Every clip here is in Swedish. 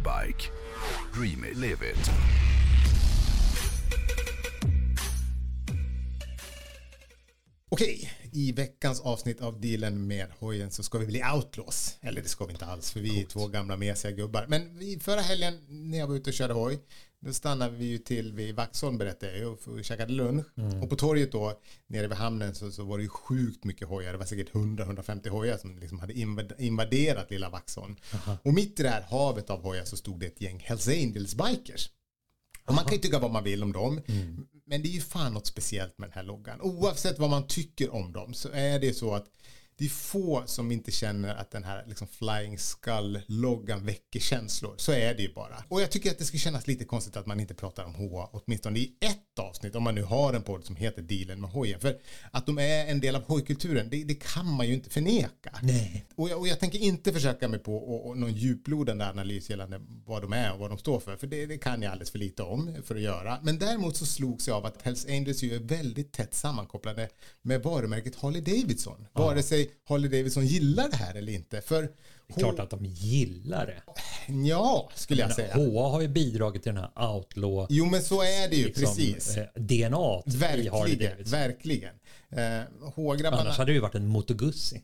bike. Dream it, live it. Okej, i veckans avsnitt av Dealen med hojen så ska vi bli outlaws. Eller det ska vi inte alls, för vi är två gamla mesiga gubbar. Men förra helgen när jag var ute och körde hoj, då stannade vi ju till vid Vaxholm, berättade jag, och käkade lunch. Och på torget då, nere vid hamnen, så var det ju sjukt mycket hojar. Det var säkert 100-150 hojar som liksom hade invaderat lilla Vaxholm. Och mitt i det här havet av hojar så stod det ett gäng Hells Angels bikers. Och man kan ju tycka vad man vill om dem, men det är ju fan något speciellt med den här loggan. Oavsett vad man tycker om dem så är det så att det är få som inte känner att den här liksom Flying Skull-loggan väcker känslor. Så är det ju bara. Och jag tycker att det skulle kännas lite konstigt att man inte pratar om HA, åtminstone i ett avsnitt, om man nu har en podd som heter Dealen med hojen. För att de är en del av hojkulturen, det kan man ju inte förneka. Nej. Och jag tänker inte försöka mig på och någon djuplodande analys gällande vad de är och vad de står för det kan jag alldeles för lite om för att göra. Men däremot så slogs jag av att Hells Angels ju är väldigt tätt sammankopplade med varumärket Harley Davidson. Vare sig Harley Davidson gillar det här eller inte. För det är klart att de gillar det. Ja, skulle jag säga. HA har ju bidragit till den här outlaw. Jo, men så är det ju, liksom, precis. DNA i Harley Davidson. Verkligen. H-grabbarna... Annars hade det ju varit en Moto Guzzi.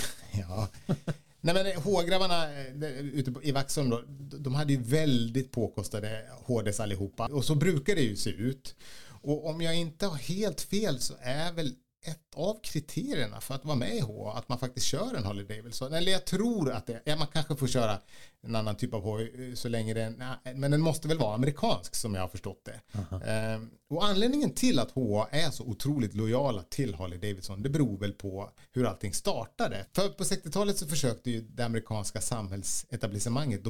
Ja. Nej, men H-grabbarna ute i Vaxholm då, de hade ju väldigt påkostade HDs allihopa. Och så brukar det ju se ut. Och om jag inte har helt fel så är väl ett av kriterierna för att vara med i H att man faktiskt kör en Harley Davidson. Eller jag tror att man kanske får köra en annan typ av hoj så länge men den måste väl vara amerikansk som jag har förstått det. Och anledningen till att H är så otroligt lojala till Harley Davidson, det beror väl på hur allting startade. För på 60-talet så försökte ju det amerikanska samhällsetablissemanget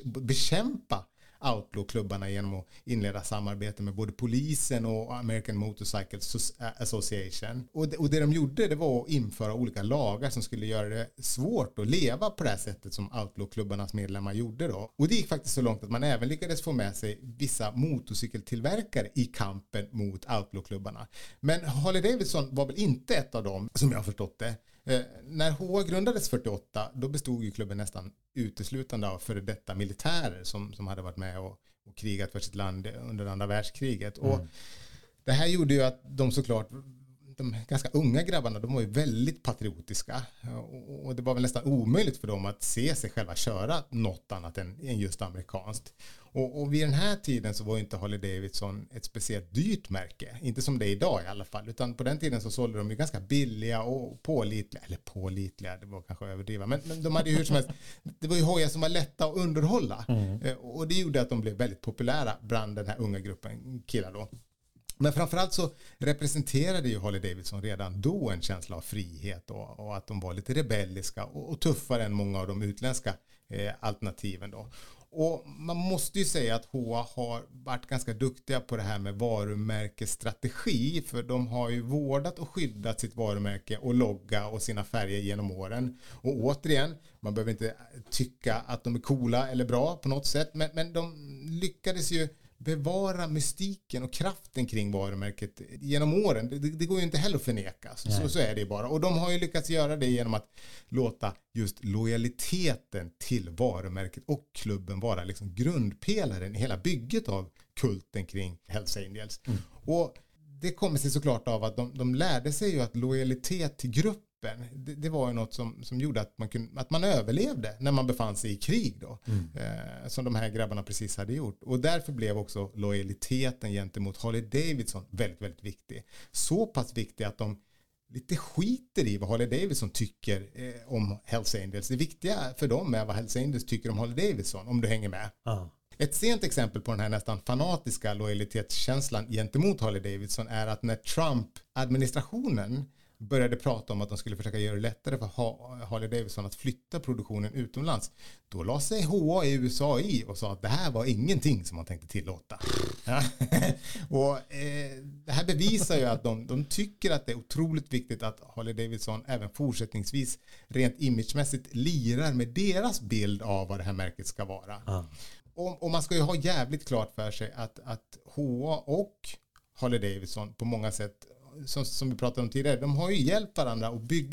bekämpa outlaw-klubbarna genom att inleda samarbete med både polisen och American Motorcycle Association. Och det de gjorde, det var att införa olika lagar som skulle göra det svårt att leva på det här sättet som outlaw-klubbarnas medlemmar gjorde då. Och det gick faktiskt så långt att man även lyckades få med sig vissa motorcykeltillverkare i kampen mot outlaw-klubbarna. Men Harley Davidson var väl inte ett av dem, som jag har förstått det. När HA grundades 48, då bestod ju klubben nästan uteslutande av före detta militärer som hade varit med och krigat för sitt land under andra världskriget. Och det här gjorde ju att de såklart, de ganska unga grabbarna, de var ju väldigt patriotiska och det var väl nästan omöjligt för dem att se sig själva köra något annat än just amerikanskt. Och vid den här tiden så var ju inte Harley Davidson ett speciellt dyrt märke, inte som det är idag i alla fall, utan på den tiden så sålde de ju ganska billiga och pålitliga, det var kanske överdriva, men de hade ju hur som helst, det var ju hojar som var lätta att underhålla och det gjorde att de blev väldigt populära bland den här unga gruppen killar då. Men framförallt så representerade ju Harley Davidson redan då en känsla av frihet och att de var lite rebelliska och tuffare än många av de utländska alternativen då. Och man måste ju säga att HA har varit ganska duktiga på det här med varumärkesstrategi, för de har ju vårdat och skyddat sitt varumärke och logga och sina färger genom åren. Och återigen, man behöver inte tycka att de är coola eller bra på något sätt, men de lyckades ju bevara mystiken och kraften kring varumärket genom åren. Det går ju inte heller att förneka. Så är det bara. Och de har ju lyckats göra det genom att låta just lojaliteten till varumärket och klubben vara liksom grundpelaren i hela bygget av kulten kring Hells Angels. Och det kommer sig såklart av att de lärde sig ju att lojalitet till gruppen, det var ju något som gjorde att man överlevde när man befann sig i krig då. Som de här grabbarna precis hade gjort. Och därför blev också lojaliteten gentemot Harley Davidson väldigt, väldigt viktig. Så pass viktig att de lite skiter i vad Harley Davidson tycker om Hells Angels. Det viktiga för dem är vad Hells Angels tycker om Harley Davidson, om du hänger med. Ett sent exempel på den här nästan fanatiska lojalitetskänslan gentemot Harley Davidson är att när Trump-administrationen började prata om att de skulle försöka göra det lättare för Harley Davidson att flytta produktionen utomlands, då la sig HA i USA i och sa att det här var ingenting som man tänkte tillåta. Och det här bevisar ju att de tycker att det är otroligt viktigt att Harley Davidson även fortsättningsvis rent imagemässigt lirar med deras bild av vad det här märket ska vara. Och man ska ju ha jävligt klart för sig att HA och Harley Davidson på många sätt, som vi pratade om tidigare, de har ju hjälpt varandra att bygga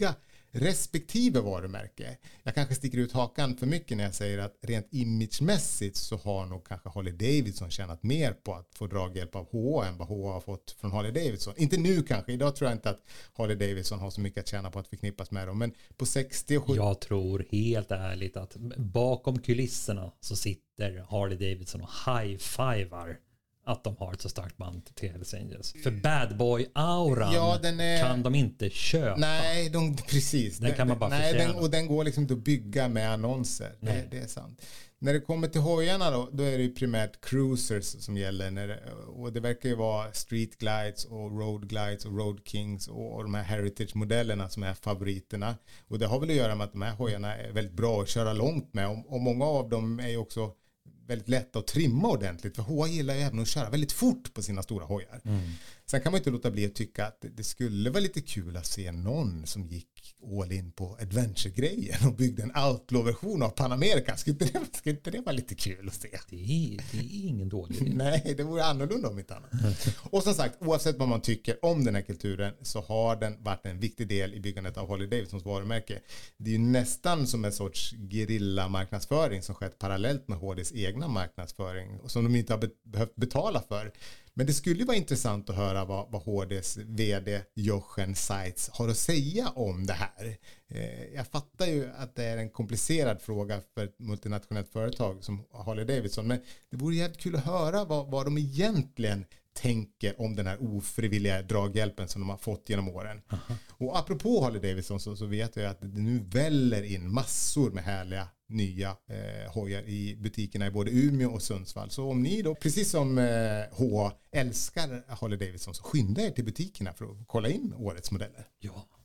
respektive varumärke. Jag kanske sticker ut hakan för mycket när jag säger att rent imagemässigt så har nog kanske Harley Davidson tjänat mer på att få draghjälp av H&M än vad H&M har fått från Harley Davidson. Inte nu kanske, idag tror jag inte att Harley Davidson har så mycket att tjäna på att förknippas med dem, men på 60 och 70... Jag tror helt ärligt att bakom kulisserna så sitter Harley Davidson och high-fivar att de har ett så starkt band till Hells Angels. För bad boy-auran kan de inte köpa. Nej, precis. Den kan man bara förtjäna. Och den går liksom inte att bygga med annonser. Det är sant. När det kommer till hojarna då är det ju primärt cruisers som gäller. Och det verkar ju vara street glides och road glides och road kings och de här heritage-modellerna som är favoriterna. Och det har väl att göra med att de här hojarna är väldigt bra att köra långt med. Och många av dem är ju också väldigt lätta att trimma ordentligt. För H gillar ju även att köra väldigt fort på sina stora hojar. Sen kan man inte låta bli att tycka att det skulle vara lite kul att se någon som gick all in på adventure-grejen och byggde en outlaw-version av Panamerika. Skulle inte det vara lite kul att se? Det är ingen dålig idé. Nej, det vore annorlunda om inte annat. Och som sagt, oavsett vad man tycker om den här kulturen så har den varit en viktig del i byggandet av Harley Davidsons varumärke. Det är ju nästan som en sorts guerilla-marknadsföring som skett parallellt med HDs egna marknadsföring och som de inte har behövt betala för. Men det skulle ju vara intressant att höra vad HDs vd Jochen Seitz har att säga om det här. Jag fattar ju att det är en komplicerad fråga för ett multinationellt företag som Harley Davidson, men det vore jävligt kul att höra vad de egentligen tänker om den här ofrivilliga draghjälpen som de har fått genom åren. Och apropå Harley Davidson så vet jag att det nu väller in massor med härliga nya hojar i butikerna i både Umeå och Sundsvall. Så om ni då, precis som H älskar Harley Davidson, så skynda er till butikerna för att kolla in årets modeller. Ja.